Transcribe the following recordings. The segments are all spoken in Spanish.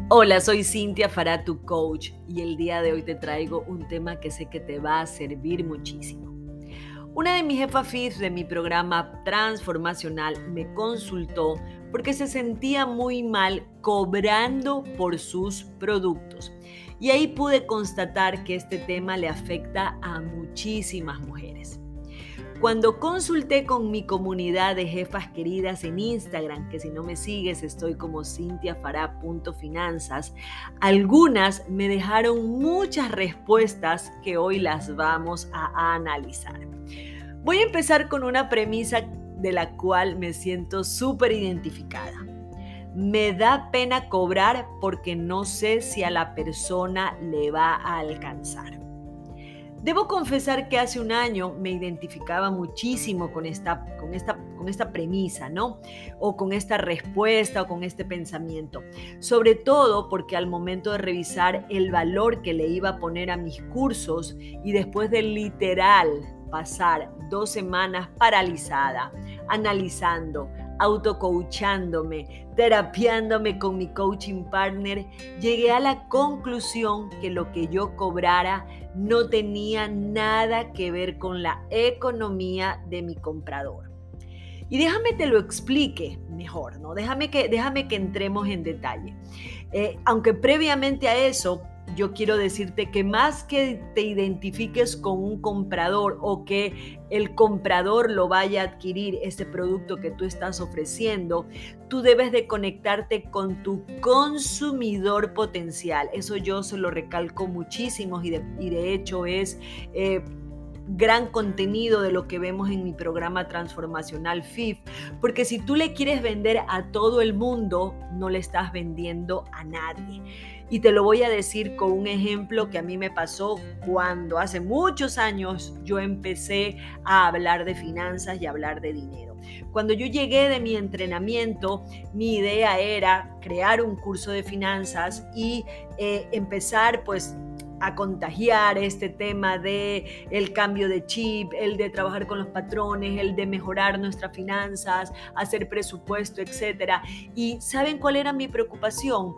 Hola, soy Cintia Fará, tu coach, y el día de hoy te traigo un tema que sé que te va a servir muchísimo. Una de mis jefas FIF de mi programa transformacional me consultó porque se sentía muy mal cobrando por sus productos. Y ahí pude constatar que este tema le afecta a muchísimas mujeres. Cuando consulté con mi comunidad de jefas queridas en Instagram, que si no me sigues estoy como cintiafara.finanzas, algunas me dejaron muchas respuestas que hoy las vamos a analizar. Voy a empezar con una premisa de la cual me siento súper identificada. Me da pena cobrar porque no sé si a la persona le va a alcanzar. Debo confesar que hace un año me identificaba muchísimo con esta premisa, ¿no? O con esta respuesta o con este pensamiento. Sobre todo porque al momento de revisar el valor que le iba a poner a mis cursos y después de literal pasar 2 semanas paralizada, analizando, autocoachándome, terapiándome con mi coaching partner, llegué a la conclusión que lo que yo cobrara no tenía nada que ver con la economía de mi comprador. Y déjame te lo explique mejor, ¿no? Déjame que entremos en detalle. Aunque previamente a eso, yo quiero decirte que más que te identifiques con un comprador o que el comprador lo vaya a adquirir ese producto que tú estás ofreciendo, tú debes de conectarte con tu consumidor potencial. Eso yo se lo recalco muchísimo y de hecho es gran contenido de lo que vemos en mi programa transformacional FIF, porque si tú le quieres vender a todo el mundo, no le estás vendiendo a nadie. Y te lo voy a decir con un ejemplo que a mí me pasó cuando hace muchos años yo empecé a hablar de finanzas y a hablar de dinero. Cuando yo llegué de mi entrenamiento, mi idea era crear un curso de finanzas y empezar pues a contagiar este tema de el cambio de chip, el de trabajar con los patrones, el de mejorar nuestras finanzas, hacer presupuesto, etcétera. ¿Y saben cuál era mi preocupación?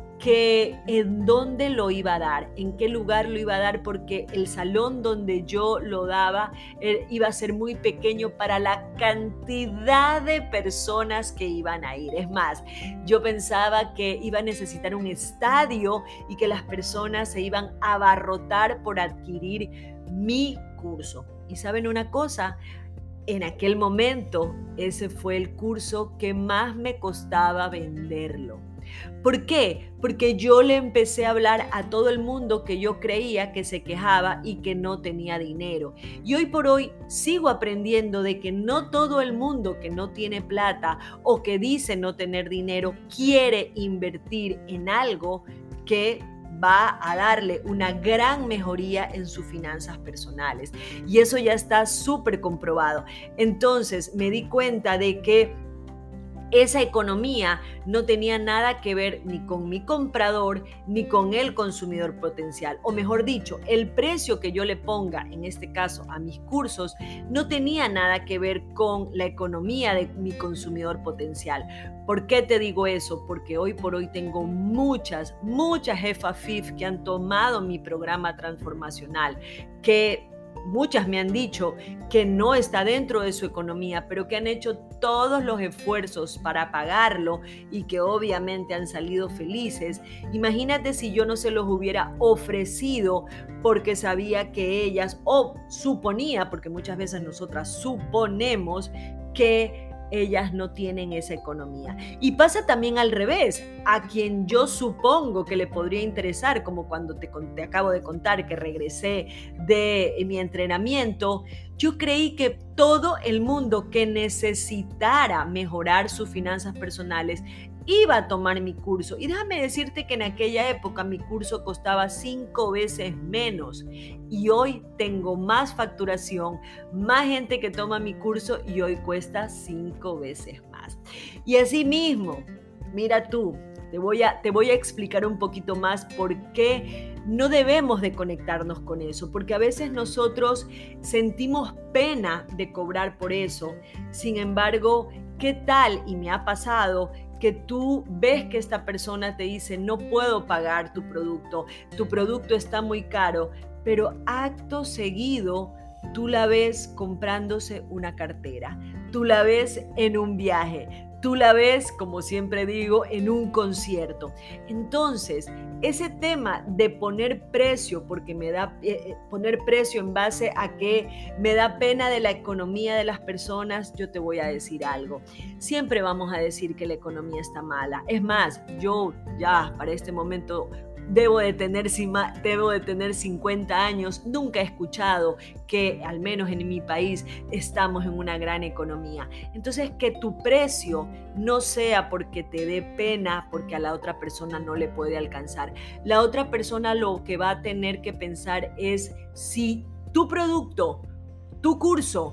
Que en dónde lo iba a dar, en qué lugar lo iba a dar, porque el salón donde yo lo daba iba a ser muy pequeño para la cantidad de personas que iban a ir. Es más, yo pensaba que iba a necesitar un estadio y que las personas se iban a abarrotar por adquirir mi curso. ¿Y saben una cosa? En aquel momento, ese fue el curso que más me costaba venderlo. ¿Por qué? Porque yo le empecé a hablar a todo el mundo que yo creía que se quejaba y que no tenía dinero. Y hoy por hoy sigo aprendiendo de que no todo el mundo que no tiene plata o que dice no tener dinero quiere invertir en algo que va a darle una gran mejoría en sus finanzas personales. Y eso ya está súper comprobado. Entonces me di cuenta de que esa economía no tenía nada que ver ni con mi comprador ni con el consumidor potencial. O mejor dicho, el precio que yo le ponga, en este caso a mis cursos, no tenía nada que ver con la economía de mi consumidor potencial. ¿Por qué te digo eso? Porque hoy por hoy tengo muchas jefas FIF que han tomado mi programa transformacional, que muchas me han dicho que no está dentro de su economía, pero que han hecho todos los esfuerzos para pagarlo y que obviamente han salido felices. Imagínate si yo no se los hubiera ofrecido porque sabía que ellas, o suponía, porque muchas veces nosotras suponemos que ellas no tienen esa economía. Y pasa también al revés, a quien yo supongo que le podría interesar, como cuando te acabo de contar que regresé de mi entrenamiento, yo creí que todo el mundo que necesitara mejorar sus finanzas personales iba a tomar mi curso. Y déjame decirte que en aquella época mi curso costaba 5 veces menos y hoy tengo más facturación, más gente que toma mi curso y hoy cuesta 5 veces más. Y así mismo, mira tú, te voy a explicar un poquito más por qué no debemos de conectarnos con eso, porque a veces nosotros sentimos pena de cobrar por eso. Sin embargo, ¿qué tal? Y me ha pasado que tú ves que esta persona te dice, no puedo pagar tu producto está muy caro, pero acto seguido tú la ves comprándose una cartera, tú la ves en un viaje, tú la ves, como siempre digo, en un concierto. Entonces, ese tema de poner precio, porque poner precio en base a que me da pena de la economía de las personas, yo te voy a decir algo. Siempre vamos a decir que la economía está mala. Es más, yo ya para este momento debo de tener 50 años, nunca he escuchado que, al menos en mi país, estamos en una gran economía. Entonces, que tu precio no sea porque te dé pena, porque a la otra persona no le puede alcanzar. La otra persona lo que va a tener que pensar es si tu producto, tu curso,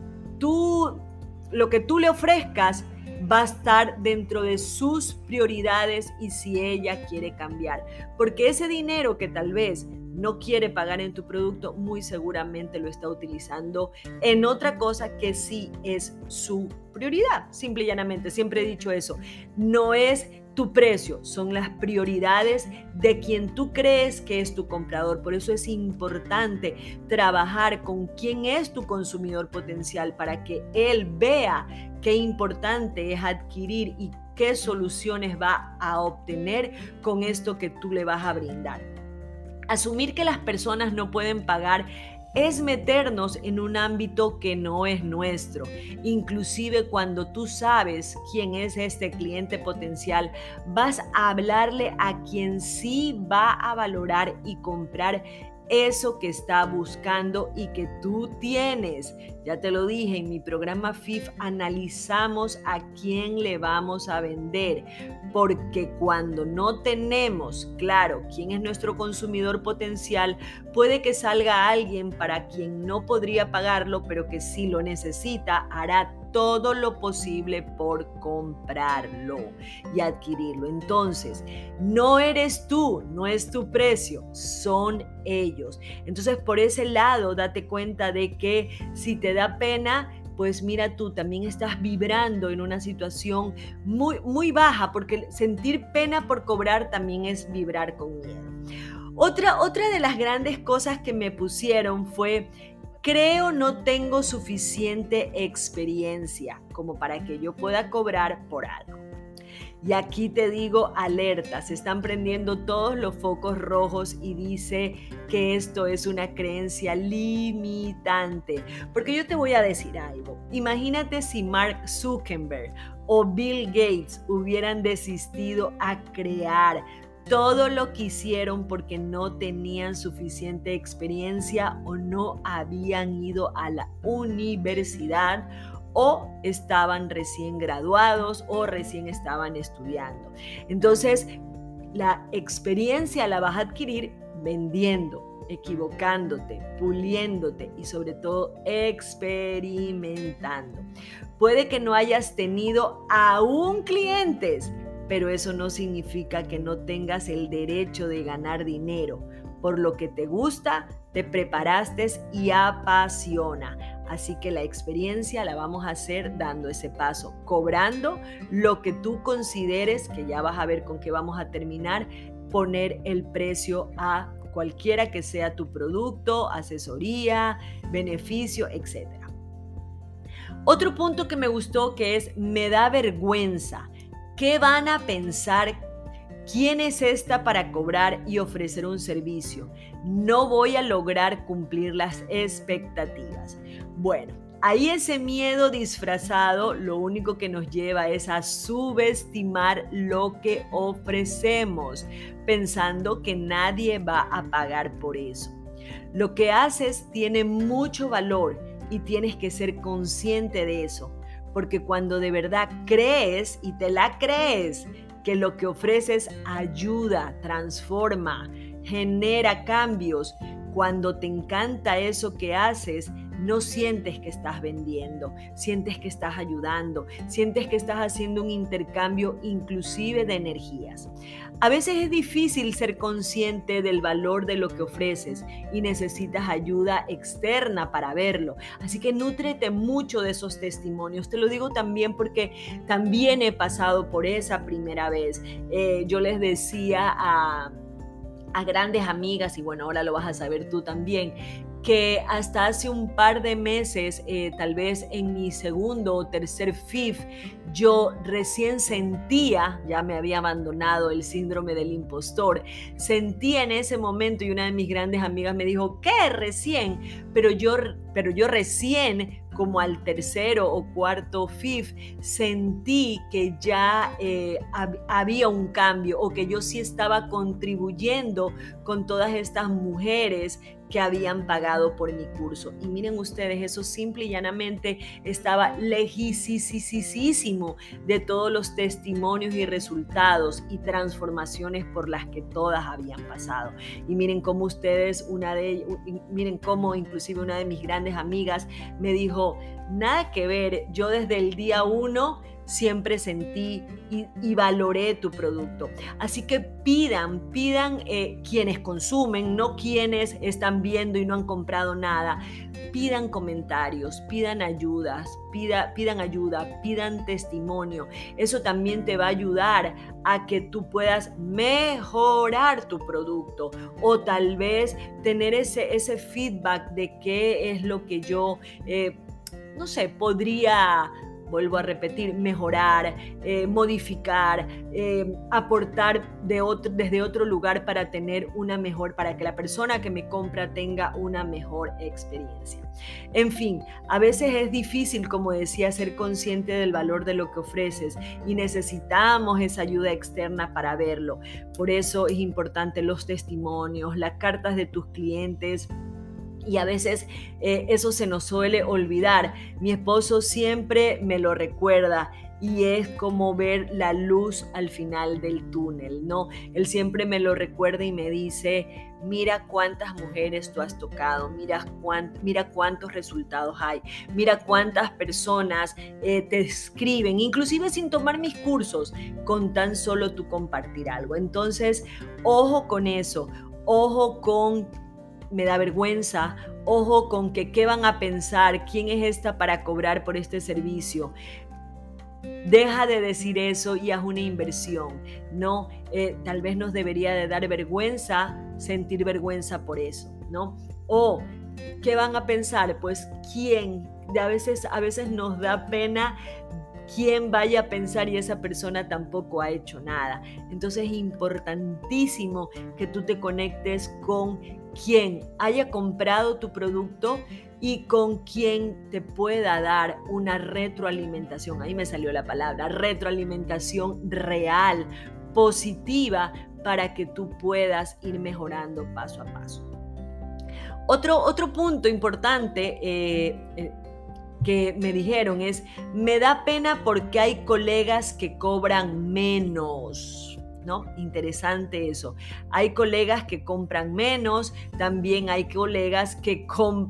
lo que tú le ofrezcas va a estar dentro de sus prioridades y si ella quiere cambiar. Porque ese dinero que tal vez no quiere pagar en tu producto, muy seguramente lo está utilizando en otra cosa que sí es su prioridad. Simple y llanamente, siempre he dicho eso. No es tu precio, son las prioridades de quien tú crees que es tu comprador. Por eso es importante trabajar con quién es tu consumidor potencial para que él vea qué importante es adquirir y qué soluciones va a obtener con esto que tú le vas a brindar. Asumir que las personas no pueden pagar es meternos en un ámbito que no es nuestro. Inclusive cuando tú sabes quién es este cliente potencial, vas a hablarle a quien sí va a valorar y comprar eso que está buscando y que tú tienes. Ya te lo dije, en mi programa FIF analizamos a quién le vamos a vender, porque cuando no tenemos claro quién es nuestro consumidor potencial, puede que salga alguien para quien no podría pagarlo, pero que sí lo necesita, hará todo lo posible por comprarlo y adquirirlo. Entonces, no eres tú, no es tu precio, son ellos. Entonces, por ese lado, date cuenta de que si te da pena, pues mira, tú también estás vibrando en una situación muy, muy baja, porque sentir pena por cobrar también es vibrar con miedo. Otra de las grandes cosas que me pusieron fue: creo no tengo suficiente experiencia como para que yo pueda cobrar por algo. Y aquí te digo, alerta, se están prendiendo todos los focos rojos y dice que esto es una creencia limitante. Porque yo te voy a decir algo. Imagínate si Mark Zuckerberg o Bill Gates hubieran desistido a crear todo lo que hicieron porque no tenían suficiente experiencia o no habían ido a la universidad o estaban recién graduados o recién estaban estudiando. Entonces, la experiencia la vas a adquirir vendiendo, equivocándote, puliéndote y sobre todo experimentando. Puede que no hayas tenido aún clientes, pero eso no significa que no tengas el derecho de ganar dinero. Por lo que te gusta, te preparaste y apasiona. Así que la experiencia la vamos a hacer dando ese paso, cobrando lo que tú consideres, que ya vas a ver con qué vamos a terminar, poner el precio a cualquiera que sea tu producto, asesoría, beneficio, etc. Otro punto que me gustó, que es: me da vergüenza. ¿Qué van a pensar? ¿Quién es esta para cobrar y ofrecer un servicio? No voy a lograr cumplir las expectativas. Bueno, ahí ese miedo disfrazado lo único que nos lleva es a subestimar lo que ofrecemos, pensando que nadie va a pagar por eso. Lo que haces tiene mucho valor y tienes que ser consciente de eso, porque cuando de verdad crees y te la crees, que lo que ofreces ayuda, transforma, genera cambios, cuando te encanta eso que haces, no sientes que estás vendiendo, sientes que estás ayudando, sientes que estás haciendo un intercambio inclusive de energías. A veces es difícil ser consciente del valor de lo que ofreces y necesitas ayuda externa para verlo. Así que nútrete mucho de esos testimonios. Te lo digo también porque también he pasado por esa primera vez. Yo les decía a grandes amigas, y bueno, ahora lo vas a saber tú también, que hasta hace un par de meses, tal vez en mi segundo o tercer FIF, yo recién sentía, ya me había abandonado el síndrome del impostor, sentía en ese momento, y una de mis grandes amigas me dijo, ¿qué recién? Pero yo recién, como al tercero o cuarto FIF, sentí que ya había un cambio, o que yo sí estaba contribuyendo con todas estas mujeres que habían pagado por mi curso. Y miren ustedes, eso simple y llanamente estaba lejísimo de todos los testimonios y resultados y transformaciones por las que todas habían pasado. Y miren cómo miren cómo inclusive una de mis grandes amigas me dijo, nada que ver, yo desde el día 1 siempre sentí y valoré tu producto. Así que pidan quienes consumen, no quienes están viendo y no han comprado nada. Pidan comentarios, pidan ayuda, pidan testimonio. Eso también te va a ayudar a que tú puedas mejorar tu producto, o tal vez tener ese feedback de qué es lo que yo, podría, vuelvo a repetir, mejorar, modificar, aportar desde otro lugar para que la persona que me compra tenga una mejor experiencia. En fin, a veces es difícil, como decía, ser consciente del valor de lo que ofreces y necesitamos esa ayuda externa para verlo. Por eso es importante los testimonios, las cartas de tus clientes. Y a veces eso se nos suele olvidar. Mi esposo siempre me lo recuerda y es como ver la luz al final del túnel, ¿no? Él siempre me lo recuerda y me dice, mira cuántas mujeres tú has tocado, mira cuántos resultados hay, mira cuántas personas te escriben, inclusive sin tomar mis cursos, con tan solo tú compartir algo. Entonces, ojo con eso, ojo con me da vergüenza, ojo con que qué van a pensar, quién es esta para cobrar por este servicio. Deja de decir eso y haz una inversión, ¿no? Tal vez nos debería de dar vergüenza, sentir vergüenza por eso, ¿no? O, ¿qué van a pensar? Pues, ¿quién? A veces nos da pena quién vaya a pensar y esa persona tampoco ha hecho nada. Entonces es importantísimo que tú te conectes con quien haya comprado tu producto y con quien te pueda dar una retroalimentación. Ahí me salió la palabra, retroalimentación real, positiva, para que tú puedas ir mejorando paso a paso. Otro punto importante que me dijeron es, me da pena porque hay colegas que cobran menos, ¿no? Interesante eso. Hay colegas que compran menos, también hay colegas que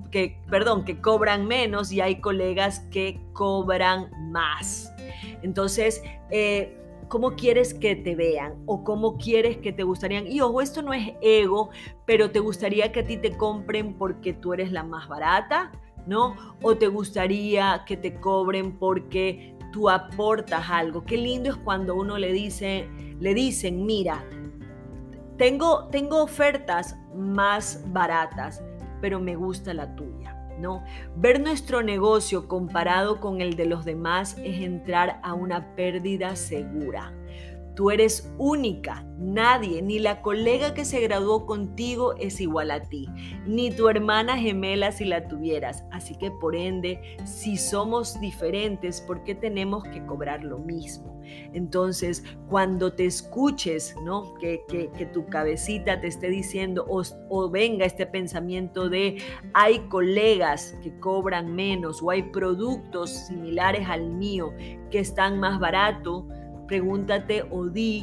cobran menos y hay colegas que cobran más. Entonces, ¿cómo quieres que te vean? ¿O cómo quieres que te gustarían? Y ojo, esto no es ego, pero ¿te gustaría que a ti te compren porque tú eres la más barata? ¿No? ¿O te gustaría que te cobren porque tú aportas algo? Qué lindo es cuando uno le dicen, mira, tengo ofertas más baratas, pero me gusta la tuya, ¿no? Ver nuestro negocio comparado con el de los demás es entrar a una pérdida segura. Tú eres única, nadie, ni la colega que se graduó contigo es igual a ti, ni tu hermana gemela si la tuvieras. Así que por ende, si somos diferentes, ¿por qué tenemos que cobrar lo mismo? Entonces, cuando te escuches, ¿no? Que tu cabecita te esté diciendo o venga este pensamiento de hay colegas que cobran menos o hay productos similares al mío que están más baratos, pregúntate o di,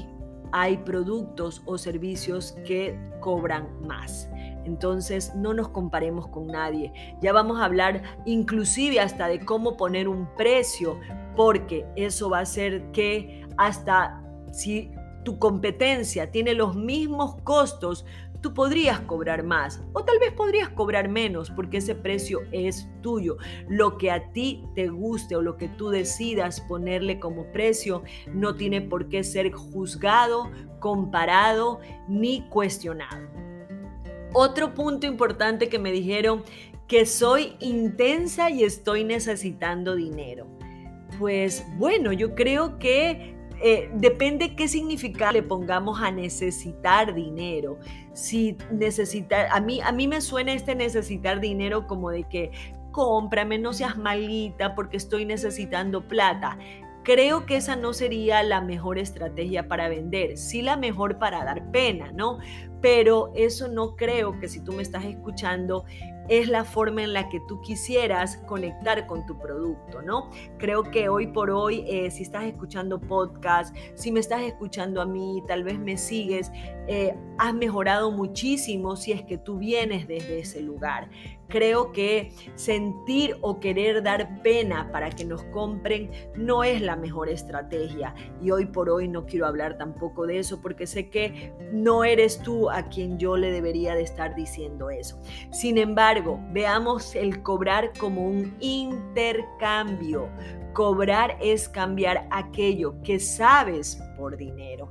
hay productos o servicios que cobran más. Entonces no nos comparemos con nadie. Ya vamos a hablar inclusive hasta de cómo poner un precio, porque eso va a hacer que hasta si tu competencia tiene los mismos costos, tú podrías cobrar más o tal vez podrías cobrar menos porque ese precio es tuyo. Lo que a ti te guste o lo que tú decidas ponerle como precio no tiene por qué ser juzgado, comparado ni cuestionado. Otro punto importante que me dijeron, que soy intensa y estoy necesitando dinero. Pues bueno, yo creo que depende qué significado le pongamos a necesitar dinero. Si necesitar, a mí me suena este necesitar dinero como de que cómprame, no seas malita porque estoy necesitando plata. Creo que esa no sería la mejor estrategia para vender, sí la mejor para dar pena, ¿no? Pero eso no creo que si tú me estás escuchando es la forma en la que tú quisieras conectar con tu producto, ¿no? Creo que hoy por hoy, si estás escuchando podcast, si me estás escuchando a mí, tal vez me sigues, has mejorado muchísimo si es que tú vienes desde ese lugar. Creo que sentir o querer dar pena para que nos compren no es la mejor estrategia. Y hoy por hoy no quiero hablar tampoco de eso porque sé que no eres tú a quien yo le debería de estar diciendo eso. Sin embargo, veamos el cobrar como un intercambio. Cobrar es cambiar aquello que sabes por dinero.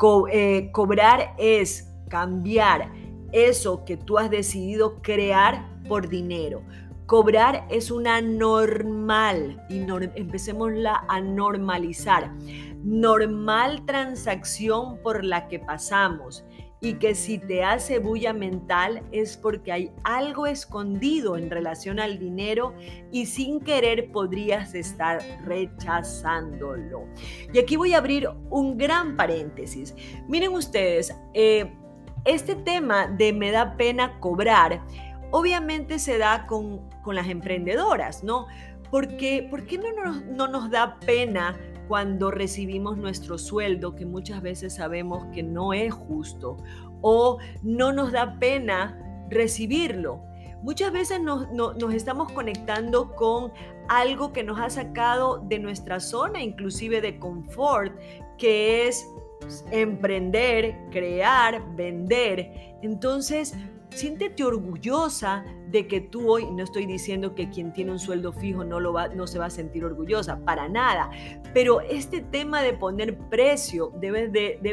Cobrar es cambiar eso que tú has decidido crear por dinero. Cobrar es una normal y empecémosla a normalizar. Normal transacción por la que pasamos y que si te hace bulla mental es porque hay algo escondido en relación al dinero y sin querer podrías estar rechazándolo. Y aquí voy a abrir un gran paréntesis. Miren ustedes, este tema de me da pena cobrar, obviamente se da con las emprendedoras, ¿no? ¿Por qué no nos da pena cuando recibimos nuestro sueldo, que muchas veces sabemos que no es justo, o no nos da pena recibirlo? Muchas veces nos estamos conectando con algo que nos ha sacado de nuestra zona, inclusive de confort, que es emprender, crear, vender. Entonces, siéntete orgullosa de que tú hoy, no estoy diciendo que quien tiene un sueldo fijo no se va a sentir orgullosa, para nada, pero este tema de poner precio debe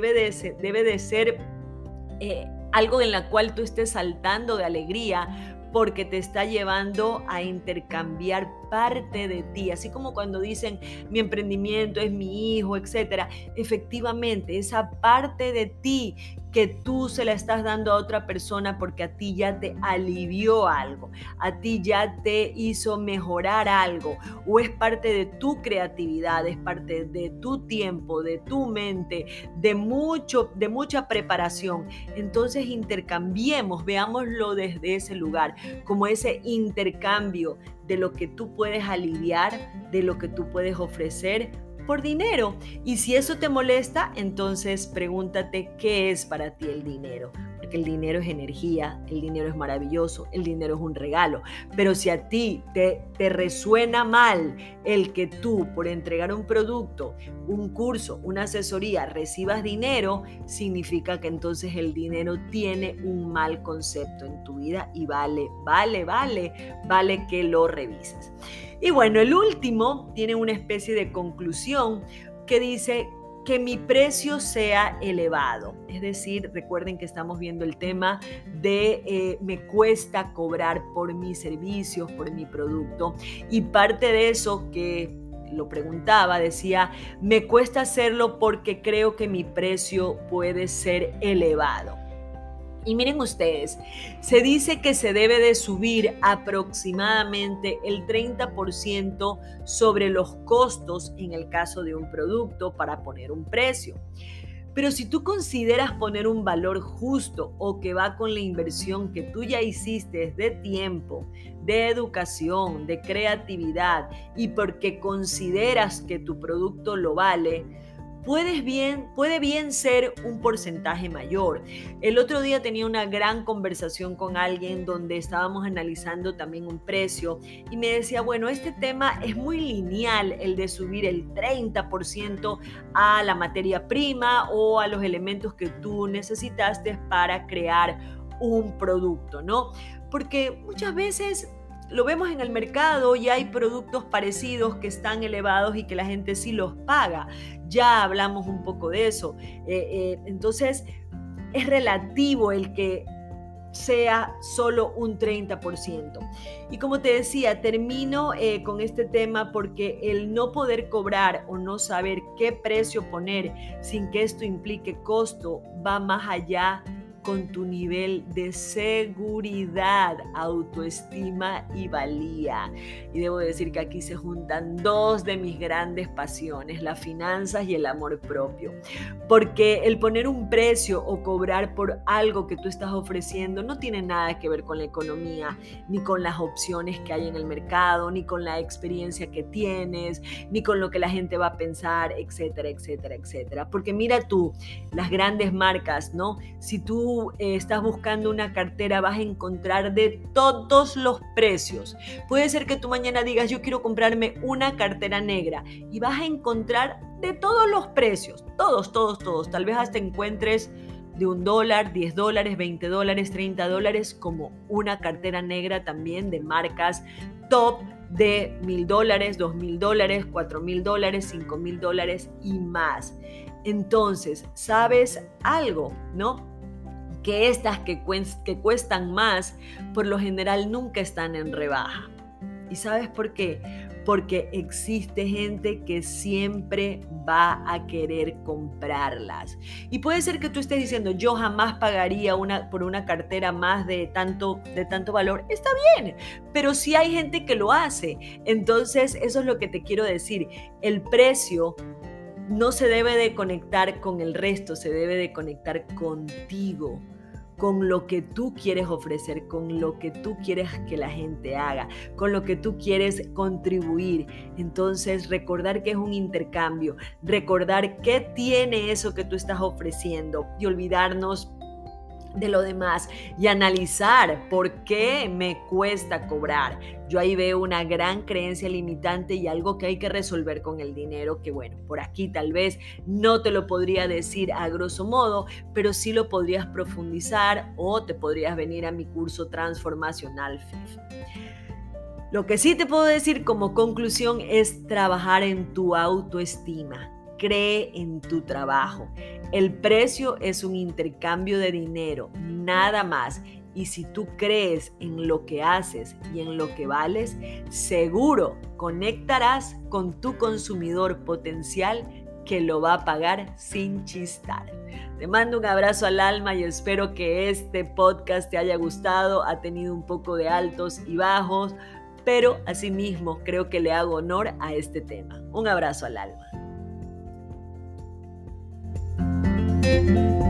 de ser algo en la cual tú estés saltando de alegría porque te está llevando a intercambiar parte de ti, así como cuando dicen mi emprendimiento es mi hijo, etcétera. Efectivamente, esa parte de ti que tú se la estás dando a otra persona porque a ti ya te alivió algo, a ti ya te hizo mejorar algo, o es parte de tu creatividad, es parte de tu tiempo, de tu mente, de mucha preparación. Entonces intercambiemos, veámoslo desde ese lugar, como ese intercambio de lo que tú puedes aliviar, de lo que tú puedes ofrecer por dinero. Y si eso te molesta, entonces pregúntate qué es para ti el dinero. Porque el dinero es energía, el dinero es maravilloso, el dinero es un regalo. Pero si a ti te resuena mal el que tú, por entregar un producto, un curso, una asesoría, recibas dinero, significa que entonces el dinero tiene un mal concepto en tu vida y vale que lo revises. Y bueno, el último tiene una especie de conclusión que dice que mi precio sea elevado. Es decir, recuerden que estamos viendo el tema de me cuesta cobrar por mis servicios, por mi producto. Y parte de eso que lo preguntaba, decía, me cuesta hacerlo porque creo que mi precio puede ser elevado. Y miren ustedes, se dice que se debe de subir aproximadamente el 30% sobre los costos en el caso de un producto para poner un precio. Pero si tú consideras poner un valor justo o que va con la inversión que tú ya hiciste de tiempo, de educación, de creatividad y porque consideras que tu producto lo vale, puede bien ser un porcentaje mayor. El otro día tenía una gran conversación con alguien donde estábamos analizando también un precio y me decía, bueno, este tema es muy lineal, el de subir el 30% a la materia prima o a los elementos que tú necesitaste para crear un producto, ¿no? Porque muchas veces lo vemos en el mercado y hay productos parecidos que están elevados y que la gente sí los paga. Ya hablamos un poco de eso. Entonces, es relativo el que sea solo un 30%. Y como te decía, termino con este tema porque el no poder cobrar o no saber qué precio poner sin que esto implique costo va más allá con tu nivel de seguridad, autoestima y valía. Y debo decir que aquí se juntan dos de mis grandes pasiones, las finanzas y el amor propio. Porque el poner un precio o cobrar por algo que tú estás ofreciendo no tiene nada que ver con la economía, ni con las opciones que hay en el mercado, ni con la experiencia que tienes, ni con lo que la gente va a pensar, etcétera, etcétera, etcétera. Porque mira tú, las grandes marcas, ¿no? Si tú estás buscando una cartera, vas a encontrar de todos los precios. Puede ser que tú mañana digas, yo quiero comprarme una cartera negra y vas a encontrar de todos los precios, todos. Tal vez hasta encuentres de $1, $10, $20, $30, como una cartera negra también de marcas top de $1,000, $2,000, $4,000, $5,000 y más. Entonces, ¿sabes algo, no? Que estas que cuestan más, por lo general nunca están en rebaja. ¿Y sabes por qué? Porque existe gente que siempre va a querer comprarlas. Y puede ser que tú estés diciendo, yo jamás pagaría por una cartera más de tanto valor. Está bien, pero sí hay gente que lo hace. Entonces, eso es lo que te quiero decir. El precio no se debe de conectar con el resto, se debe de conectar contigo, con lo que tú quieres ofrecer, con lo que tú quieres que la gente haga, con lo que tú quieres contribuir. Entonces, recordar que es un intercambio, recordar qué tiene eso que tú estás ofreciendo y olvidarnos de lo demás y analizar por qué me cuesta cobrar. Yo ahí veo una gran creencia limitante y algo que hay que resolver con el dinero, que bueno, por aquí tal vez no te lo podría decir a grosso modo, pero sí lo podrías profundizar o te podrías venir a mi curso transformacional FIF. Lo que sí te puedo decir como conclusión es trabajar en tu autoestima. Cree en tu trabajo. El precio es un intercambio de dinero, nada más. Y si tú crees en lo que haces y en lo que vales, seguro conectarás con tu consumidor potencial que lo va a pagar sin chistar. Te mando un abrazo al alma y espero que este podcast te haya gustado. Ha tenido un poco de altos y bajos, pero asimismo creo que le hago honor a este tema. Un abrazo al alma.